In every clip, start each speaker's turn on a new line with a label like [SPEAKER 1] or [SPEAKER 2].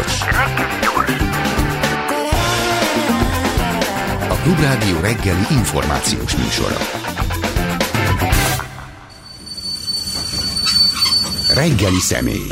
[SPEAKER 1] gyors. A Klubrádió reggeli információs műsora. Reggeli személy.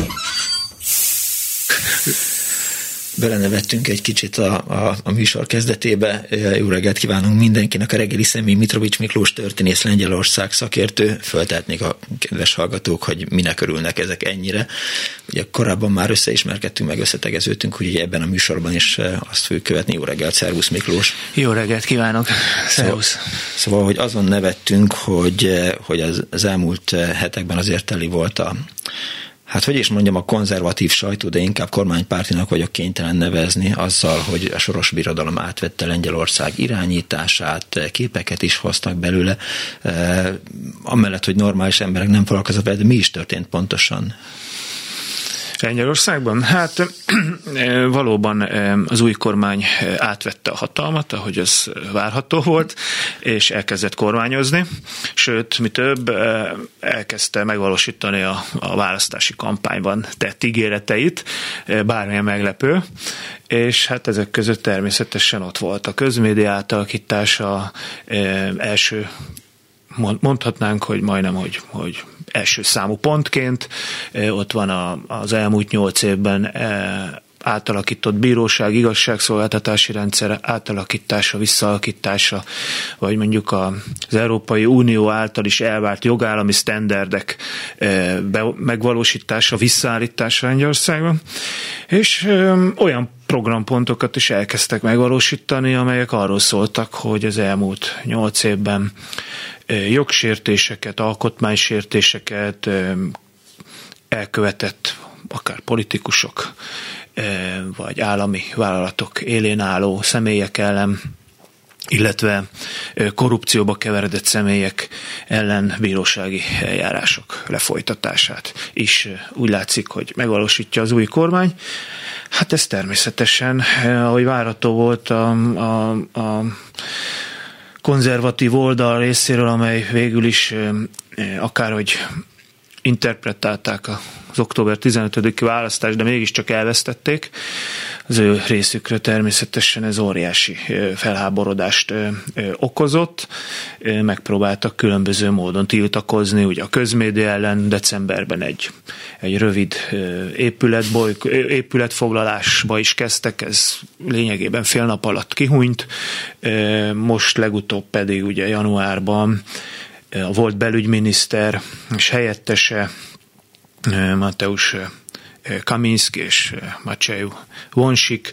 [SPEAKER 2] Belenevettünk egy kicsit a műsor kezdetébe. Jó reggelt kívánunk mindenkinek. A reggeli személy Mitrovics Miklós történész, Lengyelország szakértő. Föltehetnék a kedves hallgatók, hogy minek örülnek ezek ennyire. Ugye korábban már összeismerkedtünk, meg összetegeződtünk, úgyhogy ebben a műsorban is azt fogjuk követni. Jó reggelt, szervusz Miklós!
[SPEAKER 3] Jó reggelt kívánok! Szervusz!
[SPEAKER 2] Szóval, hogy azon nevettünk, hogy az elmúlt hetekben azért teli volt hát hogy is mondjam, a konzervatív sajtó, de inkább kormánypártinak vagyok kénytelen nevezni azzal, hogy a Soros Birodalom átvette Lengyelország irányítását, képeket is hoztak belőle, amellett, hogy normális emberek nem foglalkoznak vele, de mi is történt pontosan?
[SPEAKER 3] Lengyelországban? Hát valóban az új kormány átvette a hatalmat, ahogy az várható volt, és elkezdett kormányozni, sőt, mi több, elkezdte megvalósítani a választási kampányban tett ígéreteit, bármilyen meglepő, és hát ezek között természetesen ott volt a közmédia átalakítása, első, mondhatnánk, hogy majdnem, hogy első számú pontként. Ott van az elmúlt 8 évben átalakított bíróság, igazságszolgáltatási rendszer átalakítása, visszaalakítása, vagy mondjuk az Európai Unió által is elvárt jogállami sztenderdek megvalósítása, visszaállítása Lengyelországban. És olyan programpontokat is elkezdtek megvalósítani, amelyek arról szóltak, hogy az elmúlt 8 évben jogsértéseket, alkotmánysértéseket elkövetett akár politikusok, vagy állami vállalatok élén álló személyek ellen, illetve korrupcióba keveredett személyek ellen bírósági eljárások lefolytatását is úgy látszik, hogy megvalósítja az új kormány. Hát ez természetesen, ahogy várható volt a konzervatív oldal részéről, amely végül is akárhogy interpretálták az október 15-i választást, de mégiscsak elvesztették. Az ő részükről természetesen ez óriási felháborodást okozott. Megpróbáltak különböző módon tiltakozni, ugye a közmédia ellen decemberben egy rövid épületfoglalásba is kezdtek, ez lényegében fél nap alatt kihunyt. Most legutóbb pedig ugye januárban a volt belügyminiszter és helyettese Mateusz Kaminski és Maciej Wąsik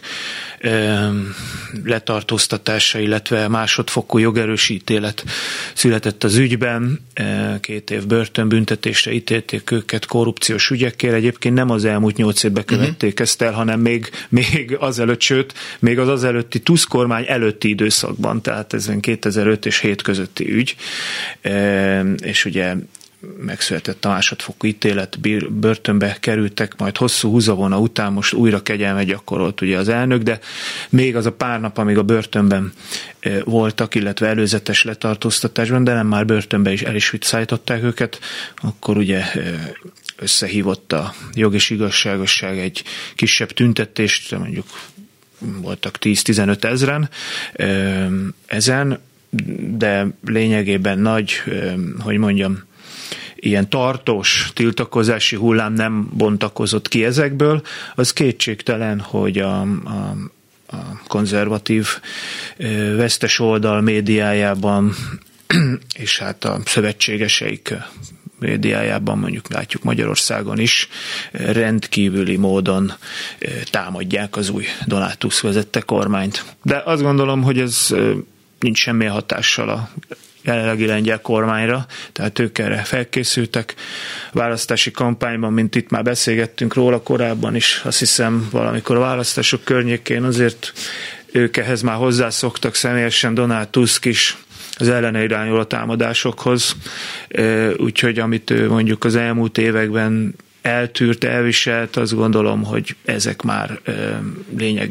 [SPEAKER 3] letartóztatása, illetve másodfokú jogerős ítélet született az ügyben. 2 év börtönbüntetésre ítélték őket korrupciós ügyekkel. Egyébként nem az elmúlt 8 évben követték ezt el, hanem még azelőtt, sőt, még az azelőtti Tusk kormány előtti időszakban, tehát ez 2005 és 7 közötti ügy. És ugye megszületett a másodfokú ítélet, börtönbe kerültek, majd hosszú húzavona után most újra kegyelmet gyakorolt ugye az elnök, de még az a pár nap, amíg a börtönben voltak, illetve előzetes letartóztatásban, de nem már börtönbe is el is visszaállították őket, akkor ugye összehívott a jog és igazságosság egy kisebb tüntetést, mondjuk voltak 10-15 ezren ezen, de lényegében nagy, hogy mondjam, ilyen tartós tiltakozási hullám nem bontakozott ki ezekből, az kétségtelen, hogy a konzervatív vesztes oldal médiájában, és hát a szövetségeseik médiájában, mondjuk látjuk Magyarországon is, rendkívüli módon támadják az új Donald Tusk vezette kormányt. De azt gondolom, hogy ez nincs semmi hatással a jelenlegi lengyel kormányra, tehát ők erre felkészültek. Választási kampányban, mint itt már beszélgettünk róla korábban is, azt hiszem valamikor a választások környékén azért ők ehhez már hozzászoktak, személyesen Donald Tusk is az ellene irányuló támadásokhoz, úgyhogy amit ő mondjuk az elmúlt években eltűrt, elviselt, azt gondolom, hogy ezek már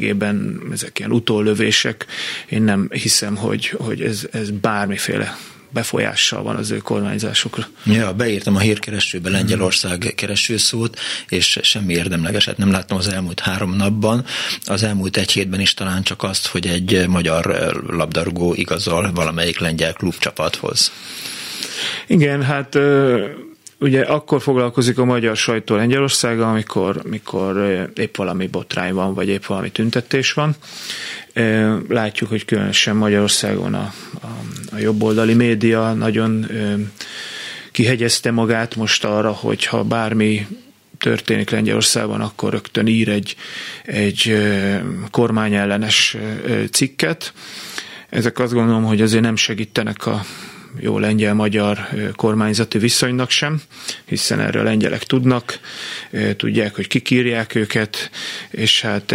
[SPEAKER 3] lényegében ezek ilyen utollövések. Én nem hiszem, hogy ez bármiféle befolyással van az ő kormányzásukra.
[SPEAKER 2] Ja, beírtam a hírkeresőbe Lengyelország keresőszót, és semmi érdemlegeset nem láttam az elmúlt 3 napban. Az elmúlt 1 hétben is talán csak azt, hogy egy magyar labdarúgó igazol valamelyik lengyel klubcsapathoz.
[SPEAKER 3] Igen, hát ugye akkor foglalkozik a magyar sajtó Lengyelországgal, amikor épp valami botrány van, vagy épp valami tüntetés van. Látjuk, hogy különösen Magyarországon a jobboldali média nagyon kihegyezte magát most arra, hogy ha bármi történik Lengyelországban, akkor rögtön ír egy kormányellenes cikket. Ezek azt gondolom, hogy azért nem segítenek a jó lengyel-magyar kormányzati viszonynak sem, hiszen erről a lengyelek tudnak, tudják, hogy kik írják őket, és hát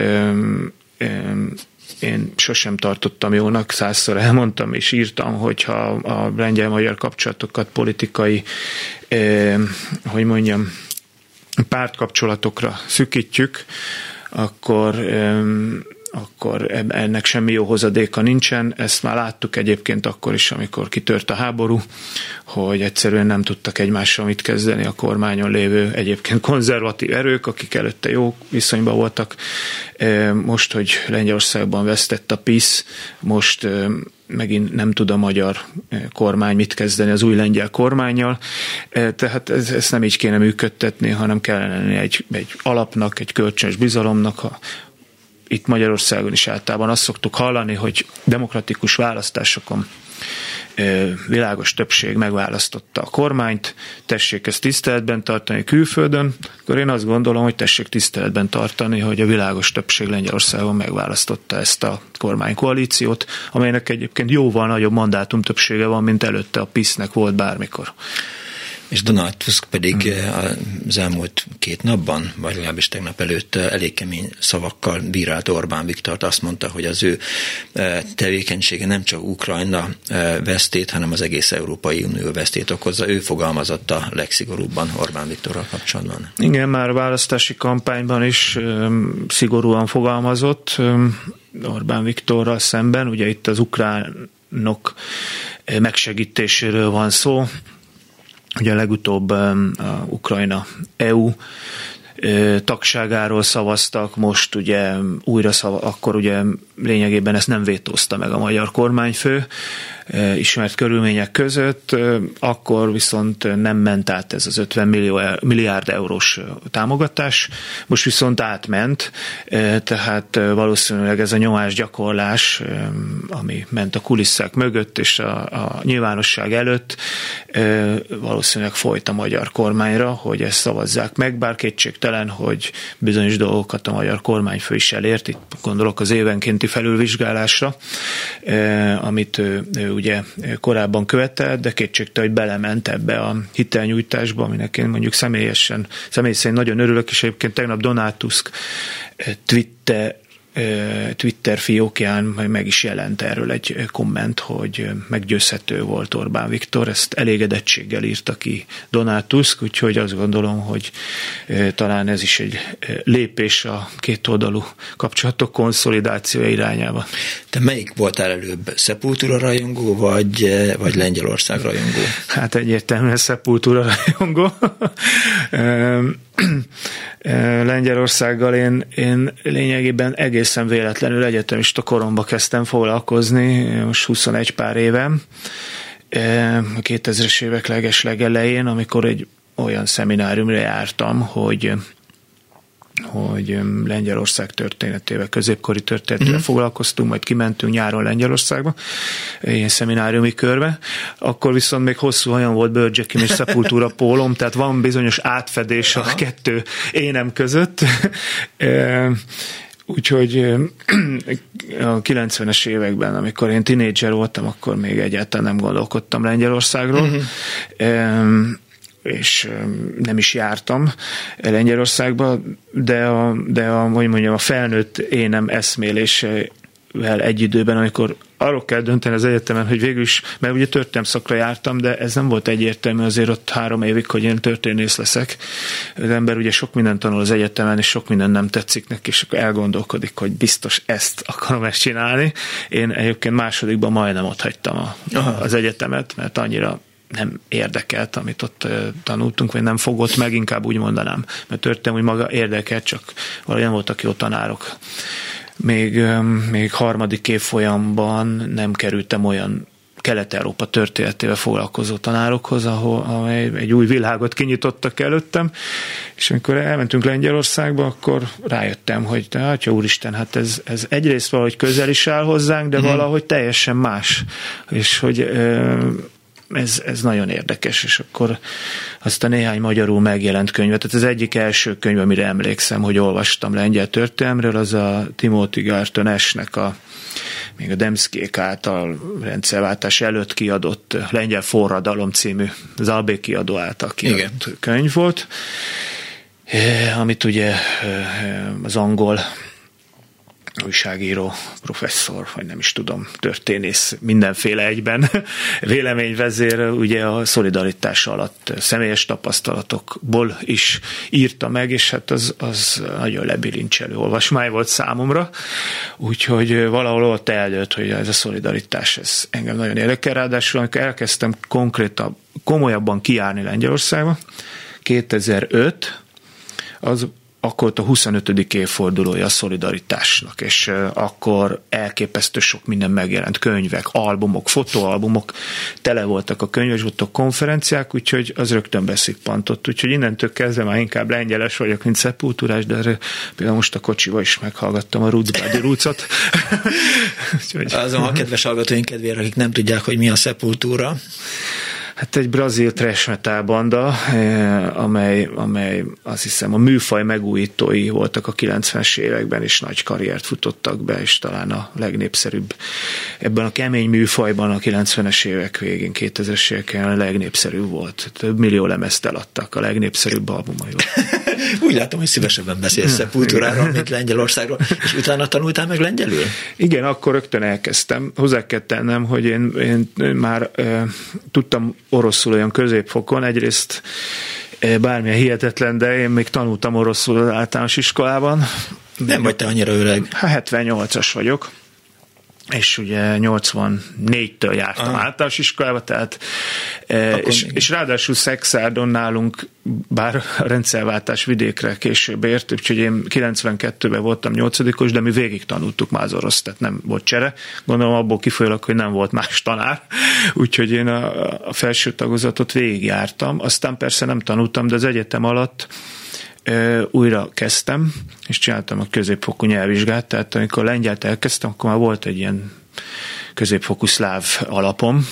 [SPEAKER 3] én sosem tartottam jónak, 100-szor elmondtam és írtam, hogyha a lengyel-magyar kapcsolatokat politikai, pártkapcsolatokra szűkítjük, akkor ennek semmi jó hozadéka nincsen. Ezt már láttuk egyébként akkor is, amikor kitört a háború, hogy egyszerűen nem tudtak egymással mit kezdeni a kormányon lévő egyébként konzervatív erők, akik előtte jó viszonyban voltak. Most, hogy Lengyelországban vesztett a PiS, most megint nem tud a magyar kormány mit kezdeni az új lengyel kormánnyal. Tehát ezt nem így kéne működtetni, hanem kellene lenni egy alapnak, egy kölcsönös bizalomnak. Itt Magyarországon is általában azt szoktuk hallani, hogy demokratikus választásokon világos többség megválasztotta a kormányt, tessék ezt tiszteletben tartani külföldön, akkor én azt gondolom, hogy tessék tiszteletben tartani, hogy a világos többség Lengyelországon megválasztotta ezt a kormánykoalíciót, amelynek egyébként jóval nagyobb mandátum többsége van, mint előtte a PiS-nek volt bármikor.
[SPEAKER 2] És Donald Tusk pedig az elmúlt 2 napban, vagy legalábbis tegnap előtt elég kemény szavakkal bírált Orbán Viktort, azt mondta, hogy az ő tevékenysége nem csak Ukrajna vesztét, hanem az egész Európai Unió vesztét okozza. Ő fogalmazott a legszigorúbban Orbán Viktorral kapcsolatban.
[SPEAKER 3] Igen, már a választási kampányban is szigorúan fogalmazott Orbán Viktorral szemben. Ugye itt az ukránok megsegítéséről van szó. Ugye legutóbb a Ukrajna EU tagságáról szavaztak, most ugye akkor ugye lényegében ezt nem vétózta meg a magyar kormányfő ismert körülmények között, akkor viszont nem ment át ez az 50 milliárd eurós támogatás, most viszont átment, tehát valószínűleg ez a nyomásgyakorlás, ami ment a kulisszák mögött és a nyilvánosság előtt, valószínűleg folyt a magyar kormányra, hogy ezt szavazzák meg, bár kétségtelen, hogy bizonyos dolgokat a magyar kormányfő is elért, itt gondolok az évenkénti felülvizsgálásra, amit ő ugye korábban követelt, de kétségtelen, hogy belement ebbe a hitelnyújtásba, aminek én mondjuk személy szerint nagyon örülök, és egyébként tegnap Donald Tusk Twitter fiókján meg is jelent erről egy komment, hogy meggyőzhető volt Orbán Viktor, ezt elégedettséggel írta ki Donald Tusk, úgyhogy azt gondolom, hogy talán ez is egy lépés a kétoldalú kapcsolatok konszolidációja irányába.
[SPEAKER 2] Te melyik voltál előbb, Sepultura rajongó, vagy Lengyelország rajongó?
[SPEAKER 3] Hát egyértelműen Sepultura rajongó. Lengyelországgal én lényegében egészen véletlenül egyetemista koromba kezdtem foglalkozni, most 21 pár éve, a 2000-es évek legelején, amikor egy olyan szemináriumra jártam, hogy Lengyelország történetével, középkori történetével foglalkoztunk, majd kimentünk nyáron Lengyelországba, ilyen szemináriumi körbe. Akkor viszont még hosszú hajan volt Bőrcsekim és Sepultura pólom, tehát van bizonyos átfedés a 2 énem között. Úgyhogy a 90-es években, amikor én tinédzser voltam, akkor még egyáltalán nem gondolkodtam Lengyelországról. És nem is jártam Lengyelországba, de a felnőtt énem eszmélésével egy időben, amikor arról kell dönteni az egyetemen, hogy végül is, mert ugye történelem szakra jártam, de ez nem volt egyértelmű azért ott 3 évig, hogy én történész leszek. Az ember ugye sok mindent tanul az egyetemen, és sok minden nem tetszik neki, és akkor elgondolkodik, hogy biztos ezt akarom ezt csinálni. Én egyébként másodikban majdnem ott hagytam az egyetemet, mert annyira nem érdekelt, amit ott tanultunk, vagy nem fogott meg, inkább úgy mondanám. Mert történelem úgy maga érdekelt, csak valahogy nem voltak jó tanárok. Még harmadik évfolyamban nem kerültem olyan Kelet-Európa történetével foglalkozó tanárokhoz, amely egy új világot kinyitottak előttem, és amikor elmentünk Lengyelországba, akkor rájöttem, hogy atya úristen, hát ez egyrészt valahogy közel is áll hozzánk, de valahogy teljesen más, és hogy ez nagyon érdekes, és akkor azt a néhány magyarul megjelent könyvet, tehát az egyik első könyv, amire emlékszem, hogy olvastam lengyel történelmről, az a Timothy Garton Ashnek még a Demszkék által rendszerváltás előtt kiadott Lengyel forradalom című, az Albék kiadó által kiadott könyv volt, amit ugye az angol újságíró, professzor, vagy nem is tudom, történész, mindenféle egyben véleményvezér, ugye a szolidaritás alatt személyes tapasztalatokból is írta meg, és hát az nagyon lebilincselő olvasmány volt számomra, úgyhogy valahol ott eldőlt, hogy ez a szolidaritás, ez engem nagyon érdekel, ráadásul amikor elkezdtem komolyabban kijárni Lengyelországba, 2005, akkor a 25. évfordulója a szolidaritásnak, és akkor elképesztő sok minden megjelent, könyvek, albumok, fotóalbumok, tele voltak a könyvesbotok, konferenciák, úgyhogy az rögtön beszippantott, úgyhogy innentől kezdve már inkább lengyeles vagyok, mint szepultúrás, de például most a kocsiba is meghallgattam a Rucbádi Rucot.
[SPEAKER 2] Azon a kedves hallgatóink kedvére, akik nem tudják, hogy mi a Szepultúra.
[SPEAKER 3] Hát egy brazil thrash metal banda, amely azt hiszem a műfaj megújítói voltak a 90-es években, és nagy karriert futottak be, és talán a legnépszerűbb ebben a kemény műfajban a 90-es évek végén, 2000-es éveken a legnépszerűbb volt. Több millió lemezt eladtak, a legnépszerűbb albumai volt.
[SPEAKER 2] Úgy látom, hogy szívesebben beszélsz Szepultúráról, mint Lengyelországról, és utána tanultál meg lengyelül?
[SPEAKER 3] Igen, akkor rögtön elkezdtem. Hozzá kell tennem, hogy én már tudtam oroszul olyan középfokon, egyrészt bármilyen hihetetlen, de én még tanultam oroszul az általános iskolában.
[SPEAKER 2] Nem vagy te annyira öreg?
[SPEAKER 3] 78-as vagyok, és ugye 84-től jártam általános iskolába, tehát és ráadásul Szexárdon nálunk, bár a rendszerváltás vidékre később ért, úgyhogy én 92-ben voltam 8-os, de mi végig tanultuk már az orosz, tehát nem volt csere. Gondolom abból kifolyólag, hogy nem volt más tanár, úgyhogy én a felső tagozatot végigjártam. Aztán persze nem tanultam, de az egyetem alatt újra kezdtem, és csináltam a középfokú nyelvvizsgát, tehát amikor lengyelt elkezdtem, akkor már volt egy ilyen középfokú szláv alapom,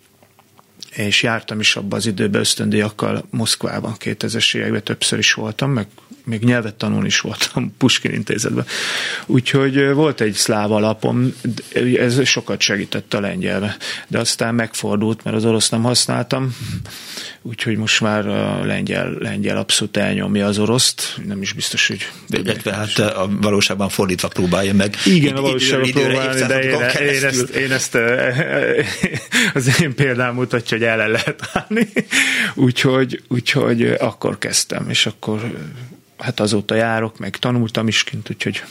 [SPEAKER 3] és jártam is abban az időben ösztöndíjakkal Moszkvában, 2000-es években többször is voltam, meg még nyelvet tanulni is voltam Puskin intézetben. Úgyhogy volt egy szláv alapom, ez sokat segített a lengyelbe, de aztán megfordult, mert az orosz nem használtam, úgyhogy most már a lengyel abszolút elnyomja az oroszt, nem is biztos, hogy...
[SPEAKER 2] Illetve hát a valóságban fordítva próbálja meg.
[SPEAKER 3] Igen, a valóságban próbálni, de én ezt az én példám mutatja, hogy ellen lehet állni. Úgyhogy akkor kezdtem, és akkor hát azóta járok, meg tanultam is kint, úgyhogy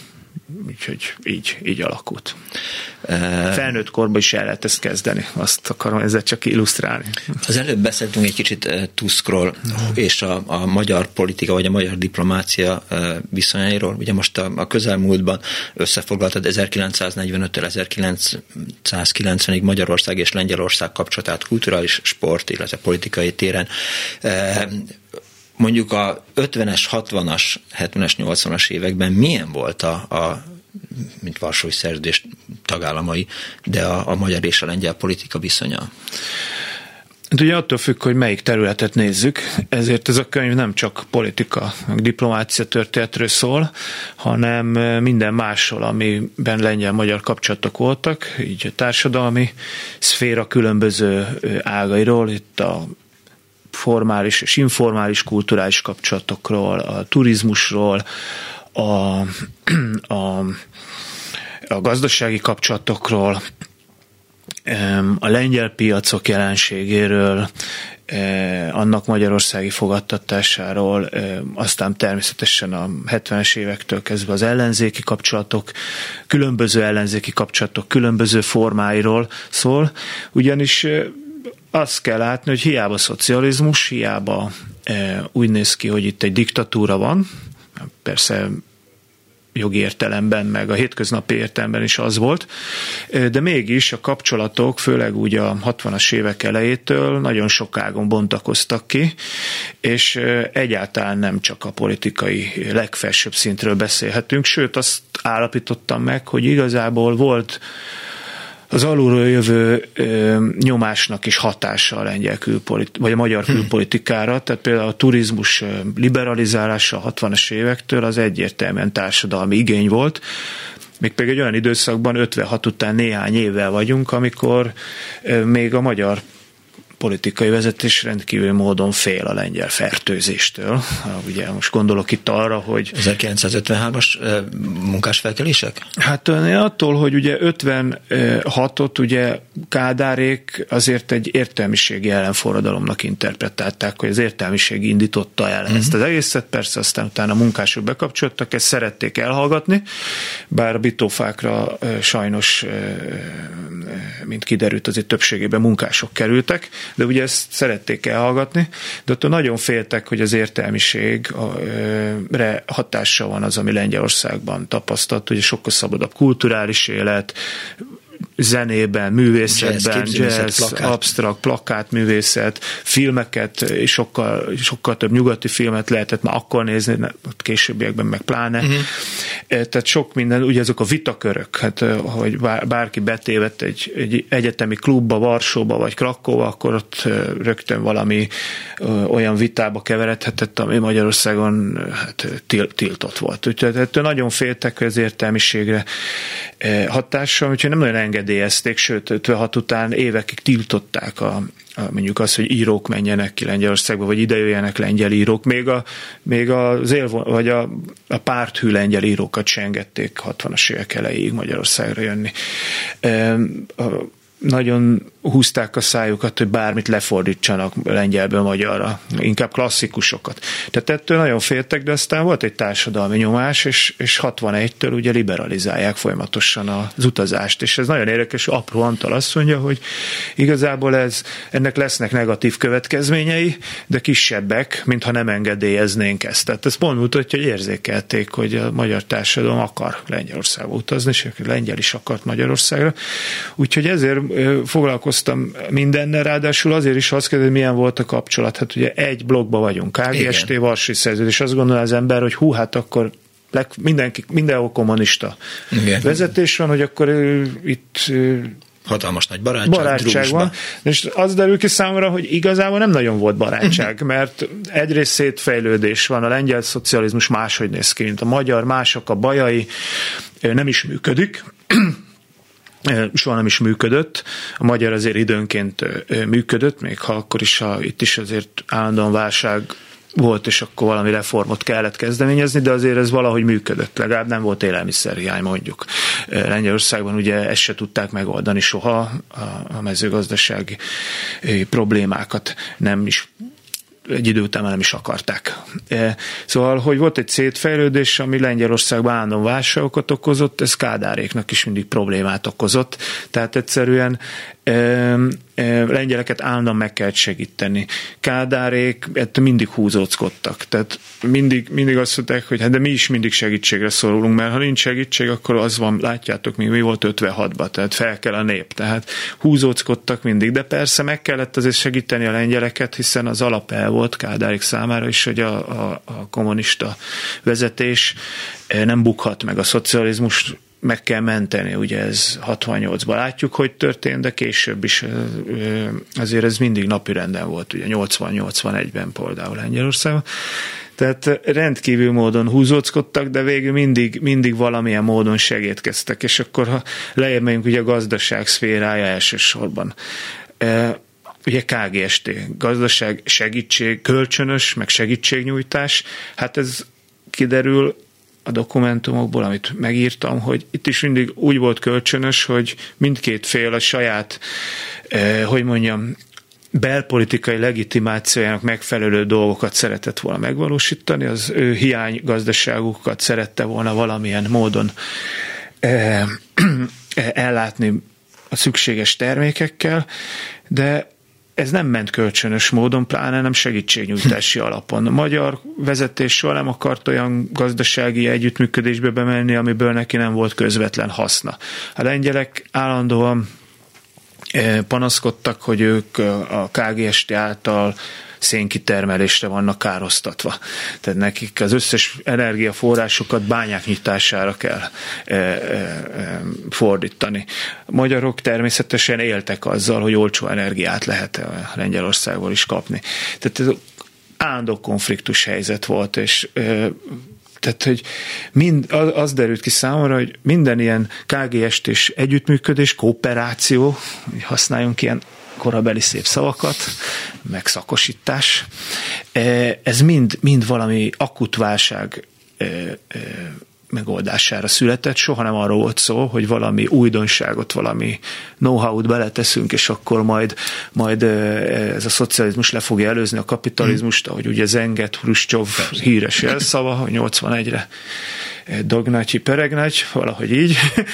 [SPEAKER 3] így alakult. Felnőtt korban is el lehet ezt kezdeni, azt akarom ezzel csak illusztrálni.
[SPEAKER 2] Az előbb beszéltünk egy kicsit Tuskról és a magyar politika, vagy a magyar diplomácia viszonyairól. Ugye most a közelmúltban összefoglaltad 1945-től 1990-ig Magyarország és Lengyelország kapcsolatát kulturális, sport, illetve politikai téren. Mondjuk a 50-es, 60-as, 70-es, 80-as években milyen volt mint Varsói Szerződés tagállamai, de a magyar és a lengyel politika viszonya?
[SPEAKER 3] Ugye attól függ, hogy melyik területet nézzük, ezért ez a könyv nem csak politika, diplomácia történetről szól, hanem minden másról, amiben lengyel-magyar kapcsolatok voltak, így a társadalmi szféra különböző ágairól, itt a formális és informális kulturális kapcsolatokról, a turizmusról, a gazdasági kapcsolatokról, a lengyel piacok jelenségéről, annak magyarországi fogadtatásáról, aztán természetesen a 70-es évektől kezdve az ellenzéki kapcsolatok, különböző ellenzéki kapcsolatok különböző formáiról szól, ugyanis azt kell látni, hogy hiába szocializmus, hiába úgy néz ki, hogy itt egy diktatúra van, persze jogi értelemben, meg a hétköznapi értelemben is az volt, de mégis a kapcsolatok, főleg úgy a 60-as évek elejétől nagyon sok ágon bontakoztak ki, és egyáltalán nem csak a politikai legfelsőbb szintről beszélhetünk, sőt azt állapítottam meg, hogy igazából volt az alulról jövő nyomásnak is hatása a lengyel vagy a magyar külpolitikára, tehát például a turizmus liberalizálása a 60-as évektől az egyértelműen társadalmi igény volt, mégpedig egy olyan időszakban 56 után néhány évvel vagyunk, amikor még a magyar politikai vezetés rendkívül módon fél a lengyel fertőzéstől. Ugye most gondolok itt arra, hogy
[SPEAKER 2] 1953-as munkásfelkelések?
[SPEAKER 3] Hát attól, hogy ugye 56-ot ugye Kádárék azért egy értelmiségi ellenforradalomnak interpretálták, hogy az értelmiség indította el ezt az egészet, persze aztán utána a munkások bekapcsoltak, ezt szerették elhallgatni, bár a bitófákra sajnos, mint kiderült, azért többségében munkások kerültek, de ugye ezt szerették elhallgatni, de attól nagyon féltek, hogy az értelmiségre hatással van az, ami Lengyelországban tapasztalt, hogy sokkal szabadabb kulturális élet, zenében, művészetben, jazz, absztrakt, plakátművészet, filmeket, és sokkal több nyugati filmet lehetett már akkor nézni, későbbiekben meg pláne. Tehát sok minden, ugye ezek a vitakörök, hát, hogy bárki betévedt egy egyetemi klubba, Varsóba vagy Krakóba, akkor ott rögtön valami olyan vitába keveredhetett, ami Magyarországon hát, tiltott volt. Úgyhogy nagyon féltek, hogy az értelmiségre hatással, úgyhogy nem nagyon engedélyezték, sőt 56 után évekig tiltották mondjuk azt, hogy írók menjenek ki Lengyelországba, vagy ide jöjjenek lengyel írók. Még vagy a párthű lengyel írókat se engedték 60-as évek elejéig Magyarországra jönni. Nagyon húzták a szájukat, hogy bármit lefordítsanak lengyelből magyarra, inkább klasszikusokat. Tehát ettől nagyon féltek, de aztán volt egy társadalmi nyomás, és 61-től ugye liberalizálják folyamatosan az utazást, és ez nagyon érdekes, Apró Antal azt mondja, hogy igazából ennek lesznek negatív következményei, de kisebbek, mintha nem engedélyeznénk ezt. Tehát ez pont mutatja, hogy érzékelték, hogy a magyar társadalom akar Lengyelországba utazni, és lengyel is akart Magyarországra. Úgyhogy ezért foglalkoztam mindennel, ráadásul azért is azt kérdezi, hogy milyen volt a kapcsolat. Hát ugye egy blokkban vagyunk, KGST, Varsói Szerződés, azt gondolja az ember, hogy hát akkor mindenhol kommunista vezetés van, hogy akkor itt
[SPEAKER 2] hatalmas nagy barátság
[SPEAKER 3] van. És az derül ki számomra, hogy igazából nem nagyon volt barátság, mert egyrészt szétfejlődés van, a lengyel szocializmus máshogy néz ki, mint a magyar, mások a bajai, nem is működik, soha nem is működött. A magyar azért időnként működött, még ha akkor is, itt is azért állandóan válság volt, és akkor valami reformot kellett kezdeményezni, de azért ez valahogy működött. Legalább nem volt élelmiszerhiány, mondjuk. Lengyelországban ugye ezt se tudták megoldani soha, a mezőgazdasági problémákat nem is egy idő után már nem is akarták. Szóval, hogy volt egy szétfejlődés, ami Lengyelországban állandóan válságokat okozott, ez Kádáréknak is mindig problémát okozott. Tehát egyszerűen lengyeleket állandóan meg kellett segíteni. Kádárék ettől mindig húzóckodtak. Tehát mindig azt mondták, hogy hát de mi is mindig segítségre szorulunk, mert ha nincs segítség, akkor az van, látjátok, mi volt 56-ban, tehát fel kell a nép. Tehát húzóckodtak mindig, de persze meg kellett azért segíteni a lengyeleket, hiszen az alapelv volt Kádárék számára is, hogy a kommunista vezetés nem bukhat meg, a szocializmus meg kell menteni, ugye ez 68-ban látjuk, hogy történt, de később is azért ez mindig napirenden volt, ugye 80-81-ben például Lengyelországban. Tehát rendkívül módon húzóckodtak, de végül mindig valamilyen módon segítkeztek, és akkor ha lejjebb megyünk ugye a gazdaság szférája elsősorban. Ugye KGST, gazdaság, segítség, kölcsönös, meg segítségnyújtás, hát ez kiderül, a dokumentumokból, amit megírtam, hogy itt is mindig úgy volt kölcsönös, hogy mindkét fél a saját, belpolitikai legitimációjának megfelelő dolgokat szeretett volna megvalósítani, az ő hiánygazdaságukat szerette volna valamilyen módon ellátni a szükséges termékekkel, de ez nem ment kölcsönös módon, pláne nem segítségnyújtási alapon. A magyar vezetés soha nem akart olyan gazdasági együttműködésbe bemenni, amiből neki nem volt közvetlen haszna. A lengyelek állandóan panaszkodtak, hogy ők a KGST által szénkitermelésre vannak károsztatva. Tehát nekik az összes energiaforrásokat bányák nyitására kell fordítani. A magyarok természetesen éltek azzal, hogy olcsó energiát lehet Lengyelországból is kapni. Tehát ez állandó konfliktus helyzet volt, és tehát, hogy az derült ki számomra, hogy minden ilyen KGST-s együttműködés, kooperáció, használjunk ilyen korabeli szép szavakat, meg szakosítás, ez mind valami akut válság megoldására született, soha nem arról volt szó, hogy valami újdonságot, valami know-how-t beleteszünk, és akkor majd ez a szocializmus le fogja előzni a kapitalizmust, ahogy ugye Zenget, Hruscsov híres jelszava, hogy 81-re dognátyi peregnágy, valahogy így.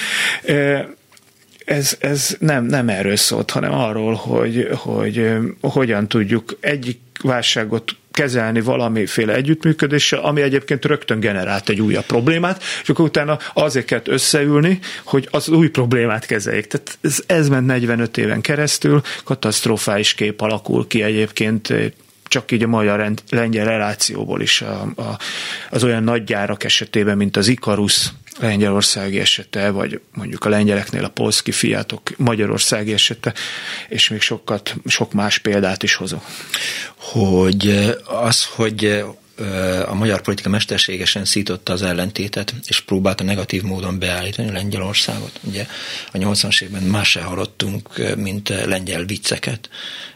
[SPEAKER 3] Ez nem erről szólt, hanem arról, hogy hogyan tudjuk egyik válságot kezelni valamiféle együttműködéssel, ami egyébként rögtön generált egy újabb problémát, és akkor utána azért kellett összeülni, hogy az új problémát kezeljék. Tehát ez ment 45 éven keresztül, katasztrofális kép alakul ki egyébként, csak így a magyar-lengyel relációból is az olyan nagygyárak esetében, mint az Ikarus lengyelországi esete, vagy mondjuk a lengyeleknél a Polski Fiatok magyarországi esete, és még sok más példát is hozok.
[SPEAKER 2] Hogy a magyar politika mesterségesen szította az ellentétet, és próbálta negatív módon beállítani Lengyelországot. Ugye a 80-as évben más se hallottunk, mint lengyel vicceket,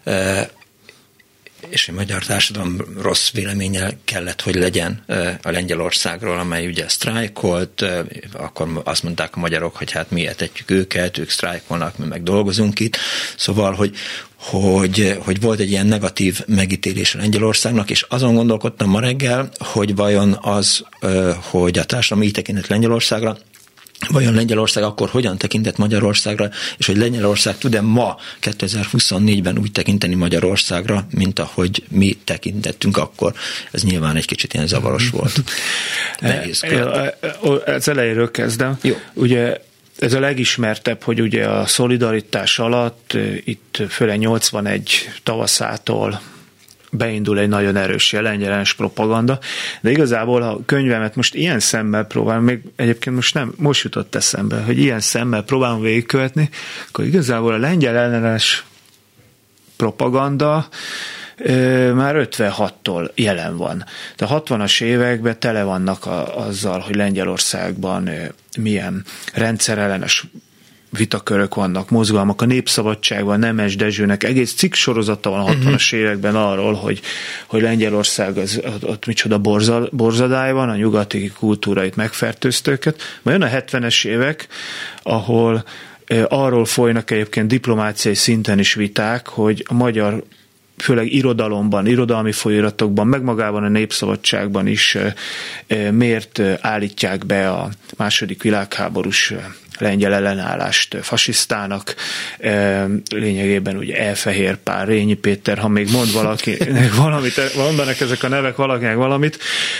[SPEAKER 2] és a magyar társadalom rossz véleménnyel kellett, hogy legyen a Lengyelországról, amely ugye sztrájkolt, akkor azt mondták a magyarok, hogy hát mi etetjük őket, ők sztrájkolnak, mi meg dolgozunk itt. Szóval, hogy volt egy ilyen negatív megítélés a Lengyelországnak, és azon gondolkodtam ma reggel, hogy vajon az, hogy a társadalom így tekintett Lengyelországra, vajon Lengyelország akkor hogyan tekintett Magyarországra, és hogy Lengyelország tud-e ma 2024-ben úgy tekinteni Magyarországra, mint ahogy mi tekintettünk akkor. Ez nyilván egy kicsit ilyen zavaros volt. Nehéz.
[SPEAKER 3] Az elejéről kezdem. Jó. Ugye ez a legismertebb, hogy ugye a szolidaritás alatt itt főleg 81 tavaszától beindul egy nagyon erős lengyelellenes propaganda, de igazából a könyvemet most ilyen szemmel próbálom, még egyébként most jutott eszembe, hogy ilyen szemmel próbálom végigkövetni, akkor igazából a lengyelellenes propaganda már 56-tól jelen van. De a 60-as években tele vannak azzal, hogy Lengyelországban milyen rendszerellenes vitakörök vannak, mozgalmak, a Népszabadságban Nemes Dezsőnek egész cikk sorozata van a 60-as években arról, hogy Lengyelország ott micsoda borzadály van, a nyugati kultúrait megfertőztőket. Majd jön a 70-es évek, ahol arról folynak egyébként diplomáciai szinten is viták, hogy a magyar főleg irodalomban, irodalmi folyóiratokban, meg magában a Népszabadságban is miért állítják be a második világháborús lengyel ellenállást fasisztának, lényegében ugye Elfehér Pál, Rényi Péter, ha még mond valakinek valamit, mondanak ezek a nevek valakinek valamit,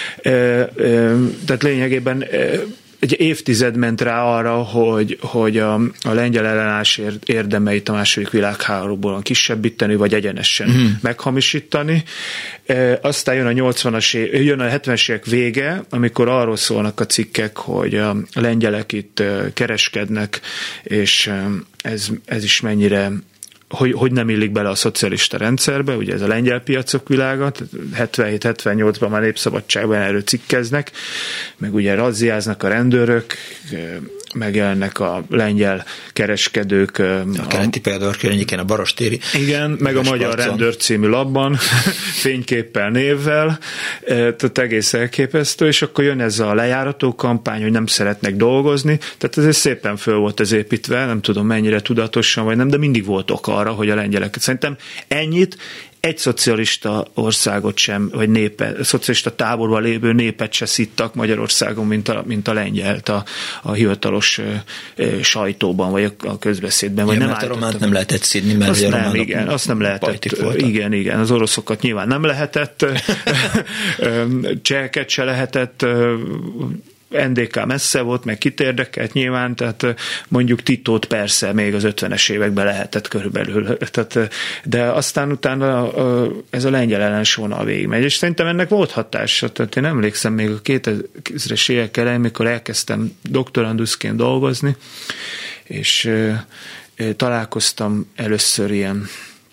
[SPEAKER 3] tehát lényegében egy évtized ment rá arra, hogy a lengyel ellenállás érdemeit a második világháborúból kisebbíteni, vagy egyenesen meghamisítani. Aztán jön a 70-es évek vége, amikor arról szólnak a cikkek, hogy a lengyelek itt kereskednek, és ez is mennyire hogy nem illik bele a szocialista rendszerbe, ugye ez a lengyel piacok világa, 77-78-ban már Népszabadságban erről cikkeznek, meg ugye razziáznak a rendőrök, megjelennek a lengyel kereskedők.
[SPEAKER 2] A keleti például környékén a Barostéri.
[SPEAKER 3] Igen, meg a Magyar Rendőr című labban, fényképpel, névvel, tehát egész elképesztő, és akkor jön ez a lejárató kampány, hogy nem szeretnek dolgozni, tehát ez szépen föl volt ez építve, nem tudom mennyire tudatosan vagy nem, de mindig volt ok arra, hogy a lengyelek. Szerintem ennyit egy szocialista országot sem, vagy szocialista táborban lévő népet se szittak Magyarországon, mint a lengyelt a hivatalos sajtóban, vagy a közbeszédben. Vagy
[SPEAKER 2] nem a románt nem lehetett szidni, mert azt
[SPEAKER 3] nem, igen, azt nem lehetett. Igen, az oroszokat nyilván nem lehetett, cseheket se lehetett, NDK messze volt, meg kit érdekelt nyilván, tehát mondjuk Titót persze még az 50-es években lehetett körülbelül, tehát, de aztán utána ez a lengyel ellensvonal végigmegy, és szerintem ennek volt hatása, tehát én emlékszem még a 2000-es évek elején, mikor elkezdtem doktoranduszként dolgozni, és találkoztam először ilyen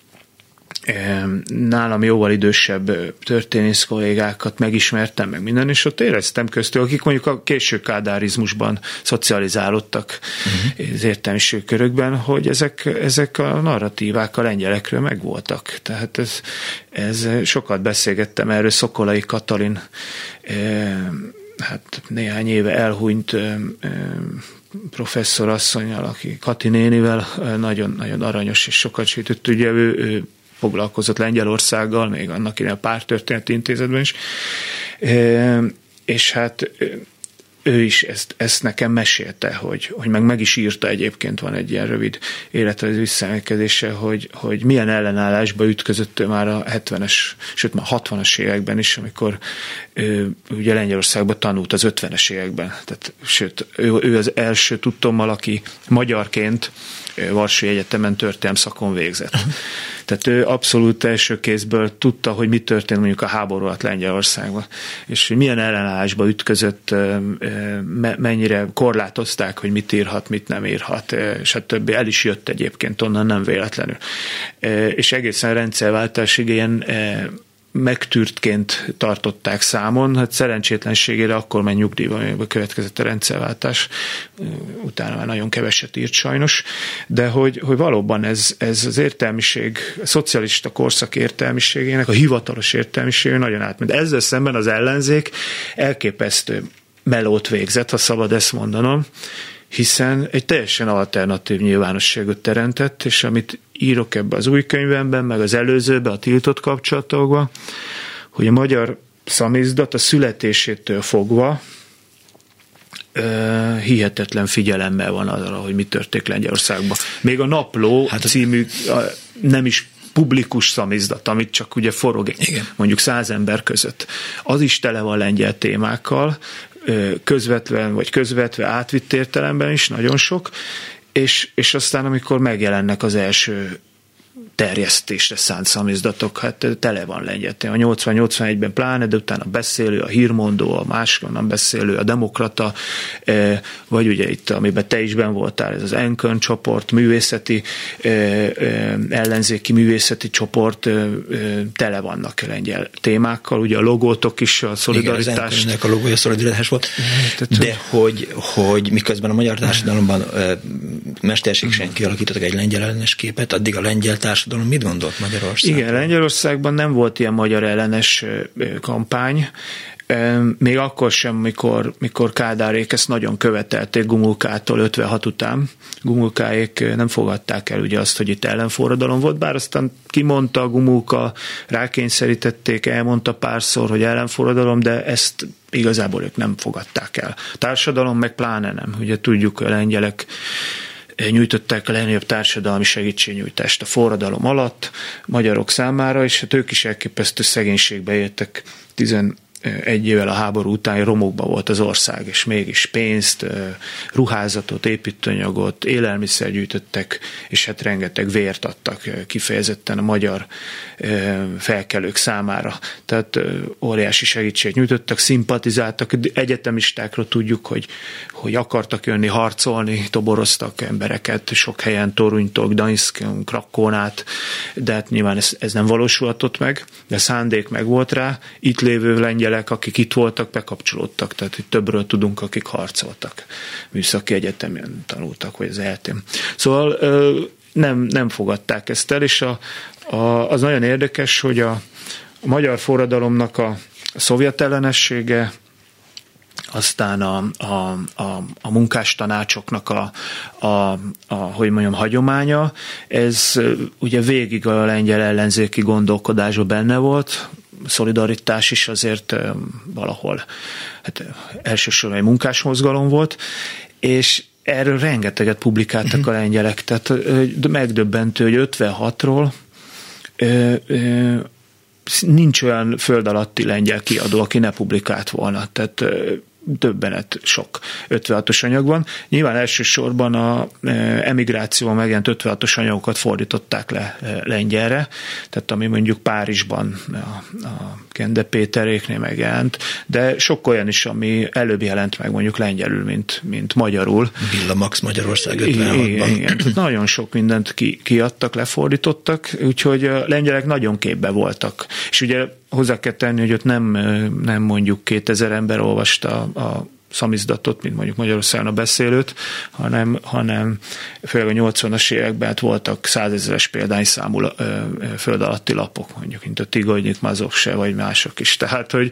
[SPEAKER 3] nálam jóval idősebb történész kollégákat megismertem, meg minden, és ott éreztem köztük, akik mondjuk a késő kádárizmusban szocializálódtak az értelmiség körökben, hogy ezek a narratívák a lengyelekről megvoltak. Tehát ez sokat beszélgettem erről Szokolai Katalin, hát néhány éve elhunyt professzorasszonnyal, aki Kati nénivel nagyon, nagyon aranyos és sokat segített, ugye ő foglalkozott Lengyelországgal, még annak idején a Pártörténeti Intézetben is, és hát ő is ezt nekem mesélte, hogy meg is írta, egyébként van egy ilyen rövid életrajzi visszaemlékezése, hogy milyen ellenállásba ütközött ő már a 70-es, sőt már 60-as években is, amikor ugye Lengyelországban tanult az 50-es években. Tehát, sőt, ő az első tudtommal, aki magyarként Varsói Egyetemen történelmi szakon végzett. Tehát ő abszolút első kézből tudta, hogy mi történt mondjuk a háború alatt Lengyelországban, és hogy milyen ellenállásba ütközött, mennyire korlátozták, hogy mit írhat, mit nem írhat, és hát többé el is jött egyébként onnan, nem véletlenül. És egészen rendszerváltásig ilyen megtűrtként tartották számon, hát szerencsétlenségére akkor már nyugdíjba, amikor következett a rendszerváltás, utána már nagyon keveset írt sajnos, de hogy valóban ez az értelmiség, a szocialista korszak értelmiségének, a hivatalos értelmiség nagyon átment. Ezzel szemben az ellenzék elképesztő melót végzett, ha szabad ezt mondanom, hiszen egy teljesen alternatív nyilvánosságot teremtett, és amit írok ebbe az új könyvemben, meg az előzőben, a tiltott kapcsolatokban, hogy a magyar szamizdat a születésétől fogva hihetetlen figyelemmel van arra, hogy mi történik Lengyelországban. Még a Napló című nem is publikus szamizdat, amit csak ugye forog mondjuk 100 ember között. Az is tele van lengyel témákkal, közvetlen vagy közvetve átvitt értelemben is nagyon sok, és aztán amikor megjelennek az első terjesztésre szánt szamizdatok, hát tele van lengyel. A 80-81-ben pláne, de utána a Beszélő, a Hírmondó, a máshonnan beszélő, a Demokrata, vagy ugye itt, amiben te is benn voltál, ez az Enkön csoport, művészeti, ellenzéki művészeti csoport, tele vannak lengyel témákkal, ugye a logótok is, a szolidaritás.
[SPEAKER 2] Igen, a logója szolidaritás volt, de hogy miközben a magyar társadalomban mesterségesen kialakítottak egy lengyel ellenes képet, addig a lengyel társadalom mit gondolt Magyarországon?
[SPEAKER 3] Igen, Lengyelországban nem volt ilyen magyar ellenes kampány, még akkor sem, mikor Kádárék ezt nagyon követelték Gumulkától 56 után. Gumulkáék nem fogadták el ugye azt, hogy itt ellenforradalom volt, bár aztán kimondta a Gumulka, rákényszerítették, elmondta párszor, hogy ellenforradalom, de ezt igazából ők nem fogadták el. A társadalom meg pláne nem. Ugye tudjuk, a lengyelek nyújtották a legnagyobb társadalmi segítségnyújtást a forradalom alatt magyarok számára, és hát ők is elképesztő szegénységbe éltek. 11 évvel a háború után romokba volt az ország, és mégis pénzt, ruházatot, építőanyagot, élelmiszer gyűjtöttek, és hát rengeteg vért adtak kifejezetten a magyar felkelők számára. Tehát óriási segítséget nyújtottak, szimpatizáltak, egyetemistákról tudjuk, hogy akartak jönni harcolni, toboroztak embereket sok helyen, Torunytól, Gdańskon, Krakón át, de hát nyilván ez nem valósulhatott meg, de szándék meg volt rá. Itt lévő lengyel lengyelek, akik itt voltak, bekapcsolódtak, tehát itt többről tudunk, akik harcoltak, műszaki egyetemen tanultak, vagy az ELTE-n. Szóval nem fogadták ezt el, és az nagyon érdekes, hogy a magyar forradalomnak a szovjet ellenessége, aztán a munkástanácsoknak hogy mondjam, hagyománya, ez ugye végig a lengyel ellenzéki gondolkodásban benne volt, szolidaritás is azért valahol, hát elsősorban egy munkásmozgalom volt, és erről rengeteget publikáltak a lengyelek, tehát megdöbbentő, hogy 56-ról nincs olyan föld alatti lengyel kiadó, aki ne publikált volna, tehát döbbenet sok 56-os anyag van. Nyilván elsősorban a emigrációban megjelent 56-os anyagokat fordították le lengyelre, tehát ami mondjuk Párizsban a Kende Péteréknél megjelent, de sok olyan is, ami előbb jelent meg mondjuk lengyelül, mint magyarul.
[SPEAKER 2] Villa Max Magyarország 56-ban.
[SPEAKER 3] Igen, nagyon sok mindent kiadtak, lefordítottak, úgyhogy a lengyelek nagyon képbe voltak. És ugye hozzá kell tenni, hogy ott nem mondjuk 2000 ember olvasta a szamizdatot, mint mondjuk Magyarországon a beszélőt, hanem főleg a 80-as években voltak 100 000-es példányszámú föld alatti lapok, mondjuk, mint a Tigojnyik Mazovse, vagy mások is. Tehát, hogy,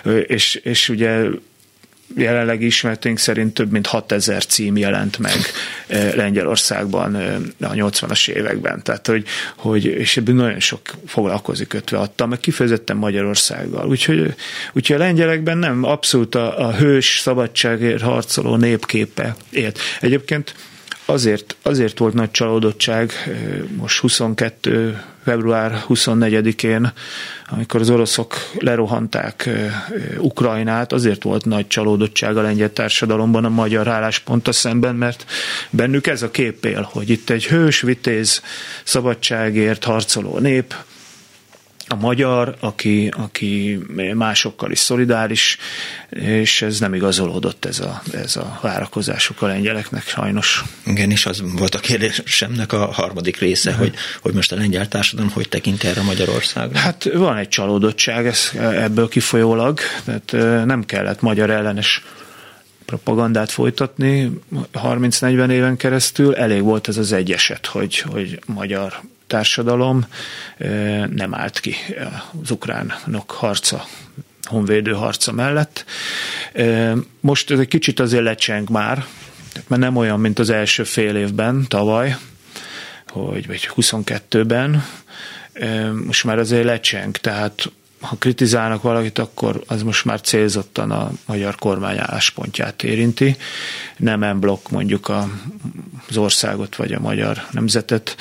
[SPEAKER 3] és ugye jelenleg ismertünk szerint több mint 6000 cím jelent meg Lengyelországban a 80-as években. Tehát, hogy és ebből nagyon sok foglalkozik 56-tal, meg kifejezetten Magyarországgal. Úgyhogy a lengyelekben nem abszolút a hős szabadságért harcoló népképe élt. Egyébként azért volt nagy csalódottság most 22. február 24-én, amikor az oroszok lerohanták Ukrajnát, azért volt nagy csalódottság a lengyel társadalomban a magyar állásponttal szemben, mert bennük ez a kép él, hogy itt egy hős, vitéz, szabadságért harcoló nép, a magyar, aki másokkal is szolidáris, és ez nem igazolódott ez a várakozásuk a lengyeleknek sajnos.
[SPEAKER 2] Igen, és az volt a kérdésemnek a harmadik része, hogy most a lengyel társadalom hogy tekint erre Magyarországra?
[SPEAKER 3] Hát van egy csalódottság ebből kifolyólag, tehát nem kellett magyar ellenes propagandát folytatni 30-40 éven keresztül, elég volt ez az egy eset, hogy magyar társadalom nem állt ki az ukránok harca, honvédő harca mellett. Most ez egy kicsit azért lecseng már, mert nem olyan, mint az első fél évben, tavaly, vagy 22-ben, most már azért lecseng, tehát ha kritizálnak valakit, akkor az most már célzottan a magyar kormány álláspontját érinti. Nem en blokk mondjuk az országot vagy a magyar nemzetet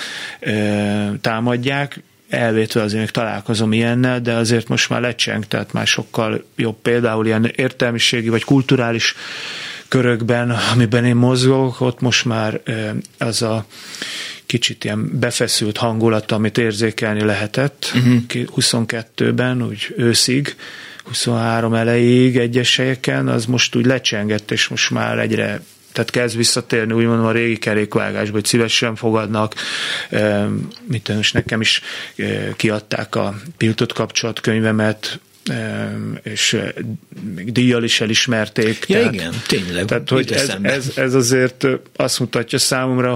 [SPEAKER 3] támadják. Elvétve azért még találkozom ilyennel, de azért most már lecseng, tehát már sokkal jobb, például ilyen értelmiségi vagy kulturális körökben, amiben én mozgok, ott most már az a kicsit ilyen befeszült hangulat, amit érzékelni lehetett 22-ben, úgy őszig, 23 elejéig egyes helyeken, az most úgy lecsengett, és most már egyre, tehát kezd visszatérni, úgy mondom, a régi kerékvágásba, hogy szívesen fogadnak, most nekem is kiadták a Tiltott kapcsolatkönyvemet, és még díjjal is elismerték.
[SPEAKER 2] Ja, tehát, igen, tényleg.
[SPEAKER 3] Tehát, hogy ez azért azt mutatja számomra,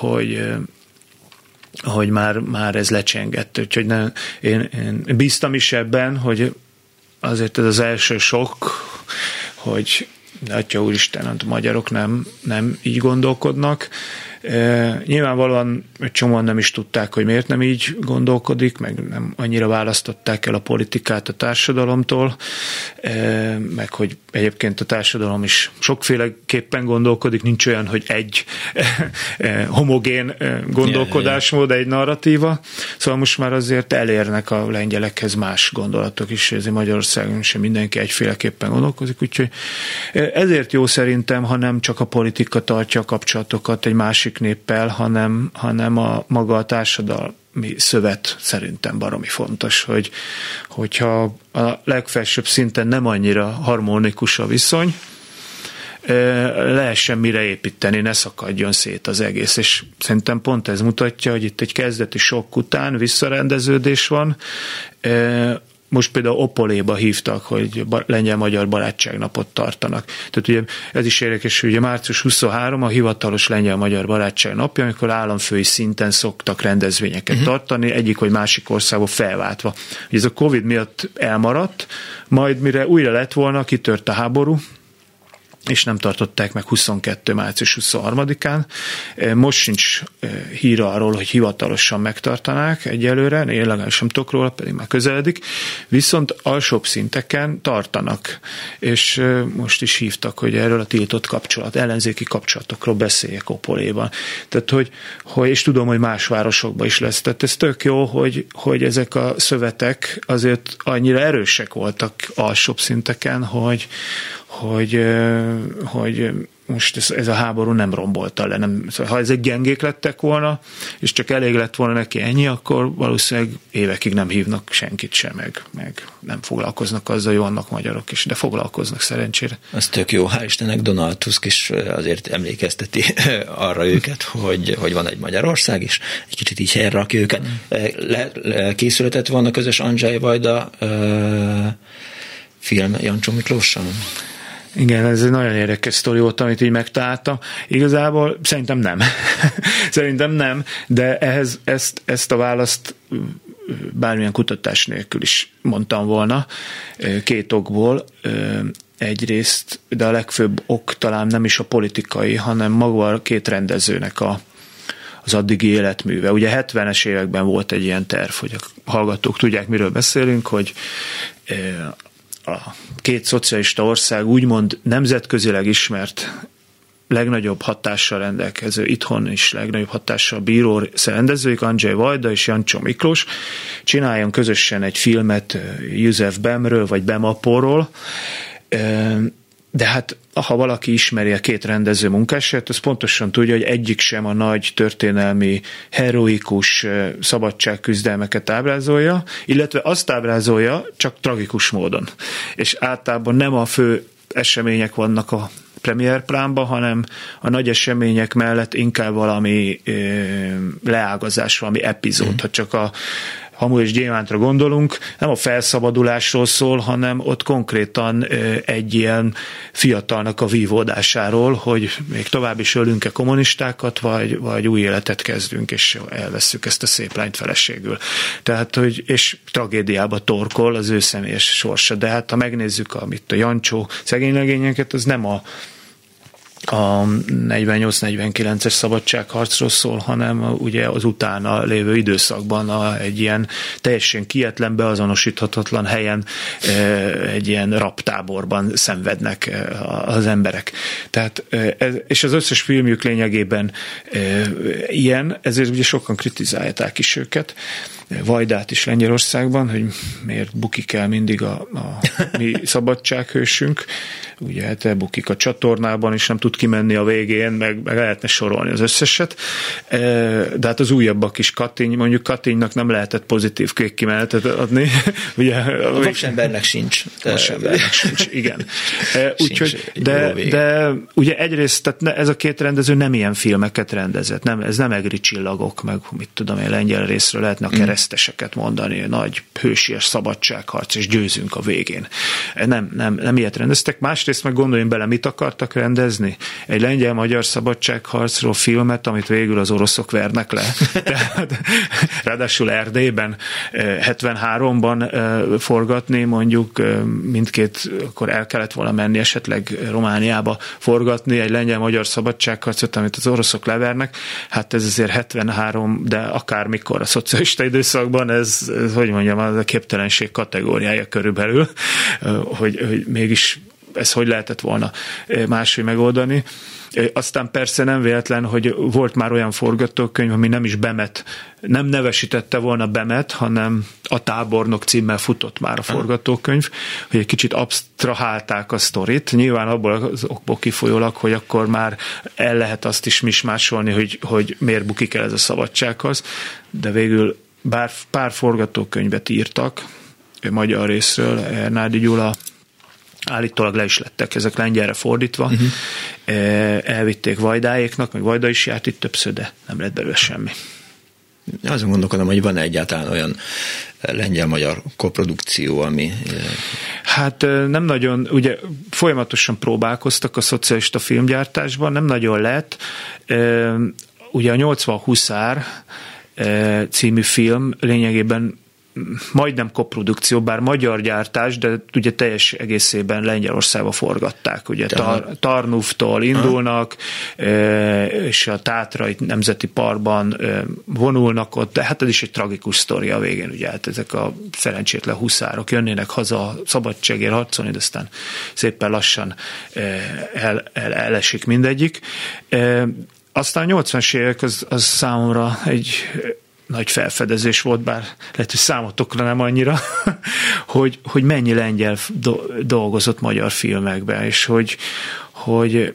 [SPEAKER 3] hogy már ez lecsengett. Úgyhogy én bíztam is ebben, hogy azért ez az első sok, hogy Atya Úristen, a magyarok nem így gondolkodnak. Nyilvánvalóan egy csomóan nem is tudták, hogy miért nem így gondolkodik, meg nem annyira választották el a politikát a társadalomtól, meg hogy egyébként a társadalom is sokféleképpen gondolkodik, nincs olyan, hogy egy homogén gondolkodásmód, egy narratíva. Szóval most már azért elérnek a lengyelekhez más gondolatok is, ezért Magyarországon sem mindenki egyféleképpen gondolkozik, úgyhogy ezért jó szerintem, ha nem csak a politika tartja a kapcsolatokat egy másik néppel, hanem a maga a társadalmi szövet szerintem baromi fontos, hogyha a legfelsőbb szinten nem annyira harmonikus a viszony, lehessen mire építeni, ne szakadjon szét az egész, és szerintem pont ez mutatja, hogy itt egy kezdeti sok után visszarendeződés van, most például Opoléba hívtak, hogy lengyel-magyar barátságnapot tartanak. Tehát ugye ez is érdekes, hogy ugye március 23 a hivatalos lengyel-magyar barátság napja, amikor államfői szinten szoktak rendezvényeket tartani, egyik vagy másik országból felváltva. Ugye ez a Covid miatt elmaradt, majd mire újra lett volna, kitört a háború, és nem tartották meg 22. március 23-án. Most sincs hír arról, hogy hivatalosan megtartanák egyelőre, én legalábbis nem tudok róla, pedig már közeledik, viszont alsóbb szinteken tartanak, és most is hívtak, hogy erről a tiltott ellenzéki kapcsolatokról beszéljek Opoléban. Tehát, hogy és tudom, hogy más városokban is lesz. Tehát ez tök jó, hogy ezek a szövetek azért annyira erősek voltak alsóbb szinteken, hogy most ez a háború nem rombolta le. Szóval, ha ezek gyengék lettek volna, és csak elég lett volna neki ennyi, akkor valószínűleg évekig nem hívnak senkit sem, meg nem foglalkoznak azzal, hogy vannak magyarok is, de foglalkoznak szerencsére.
[SPEAKER 2] Az tök jó, hál' Istennek Donald Tusk is azért emlékezteti arra őket, hogy van egy Magyarország is, egy kicsit így helyre rakja őket. Készületett volna közös Andrzej Vajda film Jancsó Miklóssal?
[SPEAKER 3] Igen, ez egy nagyon érdekes sztori volt, amit így megtalálta. Igazából szerintem nem. Szerintem nem, de ehhez ezt a választ bármilyen kutatás nélkül is mondtam volna, két okból. Egyrészt, de a legfőbb ok talán nem is a politikai, hanem maga a két rendezőnek az addigi életműve. Ugye 70-es években volt egy ilyen terv, hogy a hallgatók tudják, miről beszélünk, hogy a két szocialista ország úgymond nemzetközileg ismert legnagyobb hatással rendelkező, itthon is legnagyobb hatással bíró rendezőik, Andrzej Vajda és Jancsó Miklós csináljon közösen egy filmet József Bemről, vagy Bemapóról, de hát ha valaki ismeri a két rendező munkását, az pontosan tudja, hogy egyik sem a nagy történelmi, heroikus szabadságküzdelmeket ábrázolja, illetve azt ábrázolja, csak tragikus módon. És általában nem a fő események vannak a premierplánban, hanem a nagy események mellett inkább valami leágazás, valami epizód. Ha csak a Hamu és Gyémántra gondolunk, nem a felszabadulásról szól, hanem ott konkrétan egy ilyen fiatalnak a vívódásáról, hogy még tovább is ölünk-e kommunistákat, vagy új életet kezdünk, és elvesszük ezt a szép lányt feleségül. Tehát, hogy, és tragédiába torkol az ő személyes sorsa. De hát, ha megnézzük a Jancsó szegénylegényeket, az nem a 48-49-es szabadságharcról szól, hanem ugye az utána lévő időszakban egy ilyen teljesen kietlen, beazonosíthatatlan helyen egy ilyen raptáborban szenvednek az emberek. Tehát, és az összes filmjük lényegében ilyen, ezért ugye sokan kritizálták is őket, Vajdát is Lengyelországban, hogy miért bukik el mindig a mi szabadsághősünk. Ugye hát elbukik a csatornában, és nem tud kimenni a végén, meg lehetne sorolni az összeset. De hát az újabbak is mondjuk Katinynak nem lehetett pozitív kimenetet adni. Ugye,
[SPEAKER 2] a Vasembernek sincs.
[SPEAKER 3] Vasembernek sincs, igen. Úgyhogy, de ugye egyrészt tehát ez a két rendező nem ilyen filmeket rendezett. Ez nem egri csillagok, meg mit tudom én, lengyel részről lehetne a kereszteseket mondani, nagy hősies szabadságharc, és győzünk a végén. Nem ilyet rendeztek. Másrészt meg gondoljunk bele, mit akartak rendezni? Egy lengyel-magyar szabadságharcról filmet, amit végül az oroszok vernek le. Ráadásul Erdélyben 73-ban forgatni, mondjuk mindkét, akkor el kellett volna menni esetleg Romániába forgatni egy lengyel-magyar szabadságharcot, amit az oroszok levernek. Hát ez azért 73, de akármikor a szocialista időszakban ez hogy mondjam, az a képtelenség kategóriája körülbelül, hogy mégis ez hogy lehetett volna máshogy megoldani. Aztán persze nem véletlen, hogy volt már olyan forgatókönyv, ami nem is nem nevesítette volna Bemet, hanem a Tábornok címmel futott már a forgatókönyv, hogy egy kicsit absztrahálták a sztorit. Nyilván abból az okból kifolyólag, hogy akkor már el lehet azt is mismásolni, hogy miért bukik el ez a szabadsághoz, de végül bár pár forgatókönyvet írtak magyar részről, Ernádi Gyula állítólag le is lettek ezek lengyelre fordítva, elvitték Vajdáéknak, meg Vajda is járt itt többször, de nem lett belőle semmi.
[SPEAKER 2] azon gondolkodom, hogy van egyáltalán olyan lengyel-magyar koprodukció, ami...
[SPEAKER 3] Hát nem nagyon, ugye folyamatosan próbálkoztak a szocialista filmgyártásban, nem nagyon lett. Ugye a 80 huszár című film lényegében majdnem koprodukció, bár magyar gyártás, de ugye teljes egészében Lengyelországba forgatták. Ugye Tarnówtól indulnak, és a Tátrai Nemzeti Parkban vonulnak ott, de hát ez is egy tragikus sztori a végén, ugye hát ezek a szerencsétlen huszárok jönnének haza szabadságért harcolni, de aztán szépen lassan elesik mindegyik. Aztán a 80-as évek az számomra egy nagy felfedezés volt, bár lehet, hogy számotokra nem annyira, hogy mennyi lengyel dolgozott magyar filmekben, és hogy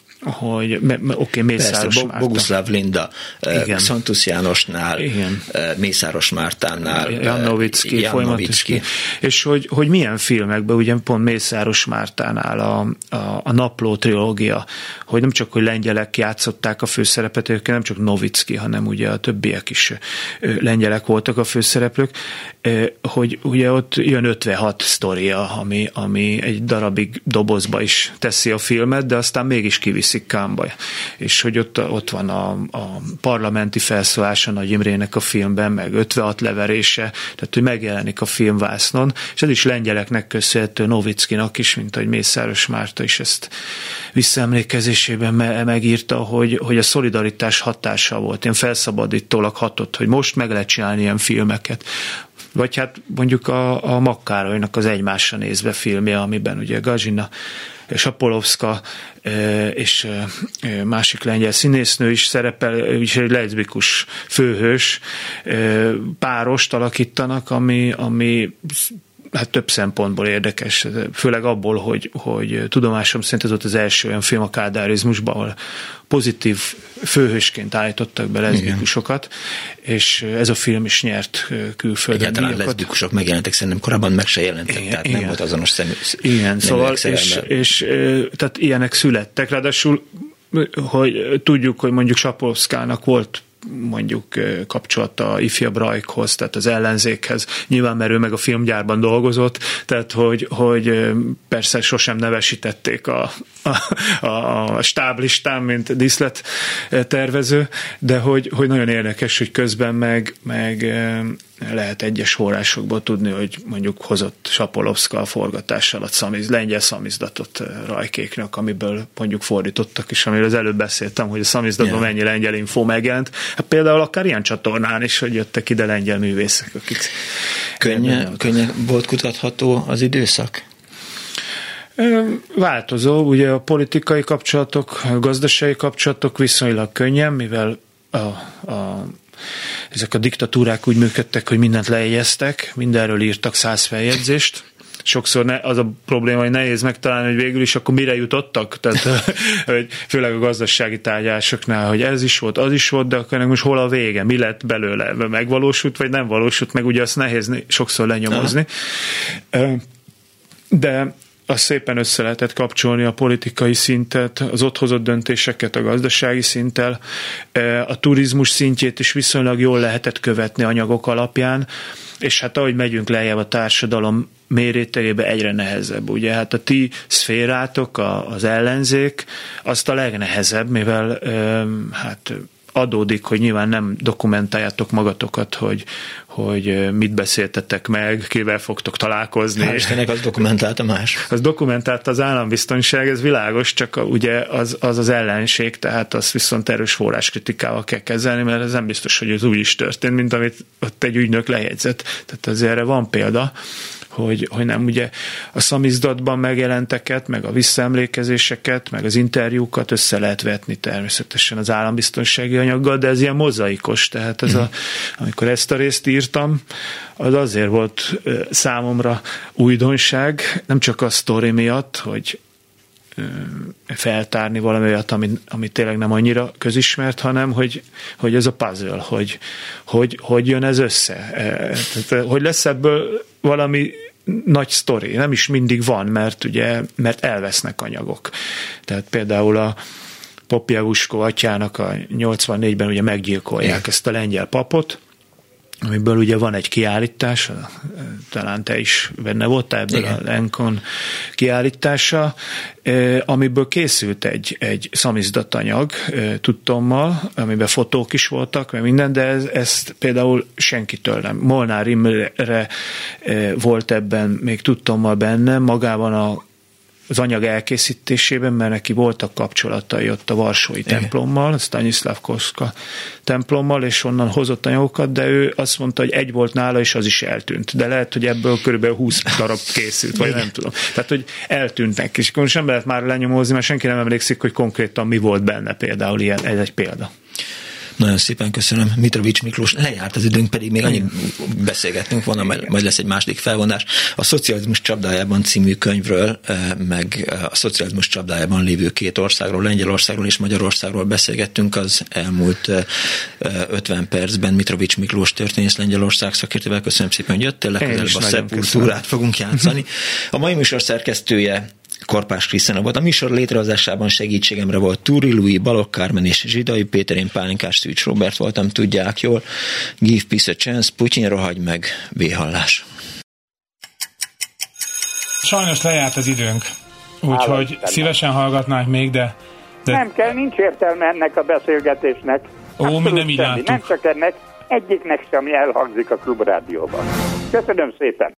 [SPEAKER 3] Mészáros Márta.
[SPEAKER 2] Boguszláv Linda, Szantusz Jánosnál, Mészáros Mártánál,
[SPEAKER 3] Jan Novicki. És hogy milyen filmekben, ugye pont Mészáros Mártánál a Napló trilógia, hogy nem csak, hogy lengyelek játszották a főszerepet, ők nem csak Novicki, hanem ugye a többiek is lengyelek voltak a főszereplők, hogy ugye ott jön 56 sztoria, ami egy darabig dobozba is teszi a filmet, de aztán mégis kiviszik Kámba. És hogy ott van a parlamenti felszólása Nagy Imrének a filmben, meg 56 leverése, tehát hogy megjelenik a filmvásznon, és ez is lengyeleknek köszönhető, Novickinak is, mint ahogy Mészáros Márta is ezt visszaemlékezésében megírta, hogy a szolidaritás hatása volt, ilyen felszabadítólag hatott, hogy most meg lehet csinálni ilyen filmeket. Vagy hát mondjuk a Makkárolynak az Egymásra nézve filmje, amiben ugye Gazsina Sapolovszka és másik lengyel színésznő is szerepel, és egy leszbikus főhős párost alakítanak, ami hát több szempontból érdekes, főleg abból, hogy tudomásom szerint ez volt az első olyan film a kádárizmusban, ahol pozitív főhősként állítottak be leszbikusokat, és ez a film is nyert külföldön.
[SPEAKER 2] Egyáltalán leszbikusok megjelentek, szerintem korábban meg se jelentek, tehát nem volt azonos
[SPEAKER 3] igen, szóval, és tehát ilyenek születtek, ráadásul, hogy tudjuk, hogy mondjuk Sapolovszkának volt mondjuk kapcsolata ifjabb Rajkhoz, tehát az ellenzékhez, nyilván mert ő meg a filmgyárban dolgozott, tehát hogy persze sosem nevesítették a stáblistán, mint díszlettervező, de hogy nagyon érdekes, hogy közben meg lehet egyes forrásokból tudni, hogy mondjuk hozott Sapolovszka a forgatás alatt lengyel szamizdatot Rajkéknak, amiből mondjuk fordítottak is, amiről az előbb beszéltem, hogy a szamizdatban mennyi lengyel infó megjelent. Hát például akár ilyen csatornán is, hogy jöttek ide lengyel művészek, akik...
[SPEAKER 2] Könnyen volt kutatható az időszak?
[SPEAKER 3] Változó, ugye a politikai kapcsolatok, a gazdasági kapcsolatok viszonylag könnyen, mivel ezek a diktatúrák úgy működtek, hogy mindent lejegyeztek, mindenről írtak 100 feljegyzést. Sokszor az a probléma, hogy nehéz megtalálni, hogy végül is akkor mire jutottak, tehát hogy főleg a gazdasági tárgyalásoknál, hogy ez is volt, az is volt, de akkor most hol a vége, mi lett belőle, megvalósult, vagy nem valósult, meg ugye azt nehéz sokszor lenyomozni. De azt szépen össze lehetett kapcsolni a politikai szintet, az ott hozott döntéseket a gazdasági szinttel, a turizmus szintjét is viszonylag jól lehetett követni anyagok alapján, és hát ahogy megyünk lejjebb a társadalom mérételébe egyre nehezebb. Ugye hát a ti szférátok, az ellenzék, azt a legnehezebb, mivel hát adódik, hogy nyilván nem dokumentáljátok magatokat, hogy mit beszéltetek meg, kivel fogtok találkozni.
[SPEAKER 2] Hál' Istennek, az dokumentálta más.
[SPEAKER 3] Az dokumentálta az állambiztonság, ez világos, csak ugye az ellenség, tehát azt viszont erős forráskritikával kell kezelni, mert ez nem biztos, hogy ez úgy is történt, mint amit ott egy ügynök lejegyzett. Tehát azért erre van példa, hogy nem ugye a szamizdatban megjelenteket, meg a visszaemlékezéseket, meg az interjúkat össze lehet vetni természetesen az állambiztonsági anyaggal, de ez ilyen mozaikos, tehát amikor ezt a részt írtam, az azért volt számomra újdonság, nem csak a sztori miatt, hogy feltárni valami olyat, ami tényleg nem annyira közismert, hanem hogy ez a puzzle, hogy jön ez össze. Tehát, hogy lesz ebből valami nagy sztori, nem is mindig van, mert elvesznek anyagok. Tehát például Popjavuskó atyának a 84-ben ugye meggyilkolják ezt a lengyel papot, amiből ugye van egy kiállítás, talán te is benne voltál ebből a Lenkon kiállítása, amiből készült egy szamizdatanyag tudtommal, amiben fotók is voltak, meg minden, de ezt például senkitől nem. Molnár Imre volt ebben még tudtommal benne, magában az anyag elkészítésében, mert neki voltak kapcsolatai ott a varsói templommal, Stanislav Kostka templommal, és onnan hozott anyagokat, de ő azt mondta, hogy egy volt nála, és az is eltűnt. De lehet, hogy ebből körülbelül 20 darab készült, vagy nem tudom. Tehát, hogy eltűntek, és akkor sem lehet már lenyomozni, mert senki nem emlékszik, hogy konkrétan mi volt benne például ilyen, ez egy példa.
[SPEAKER 2] Nagyon szépen köszönöm. Mitrovics Miklós, lejárt az időnk, pedig még annyi beszélgetnünk volna, majd lesz egy második felvonás. A Szocializmus csapdájában című könyvről, meg a szocializmus csapdájában lévő két országról, Lengyelországról és Magyarországról beszélgettünk az elmúlt 50 percben. Mitrovics Miklós történész, Lengyelország szakértővel. Köszönöm szépen, hogy jöttél, legközelebb a Szepultúrát fogunk játszani. A mai műsor szerkesztője Korpás Krisztina volt. A műsor létrehozásában segítségemre volt Túri Louis, Balogh Kármen és Zsidai Péter, én Pálinkás Szűcs Róbert voltam, tudják jól. Give peace a chance, Putyin rohagy meg, véhallás.
[SPEAKER 4] Sajnos lejárt az időnk, úgyhogy szívesen hallgatnánk még, de...
[SPEAKER 5] Nem kell, nincs értelme ennek a beszélgetésnek.
[SPEAKER 4] Ó, mi nem így láttuk.
[SPEAKER 5] Nem csak ennek, egyiknek sem elhangzik a Klubrádióban. Köszönöm szépen!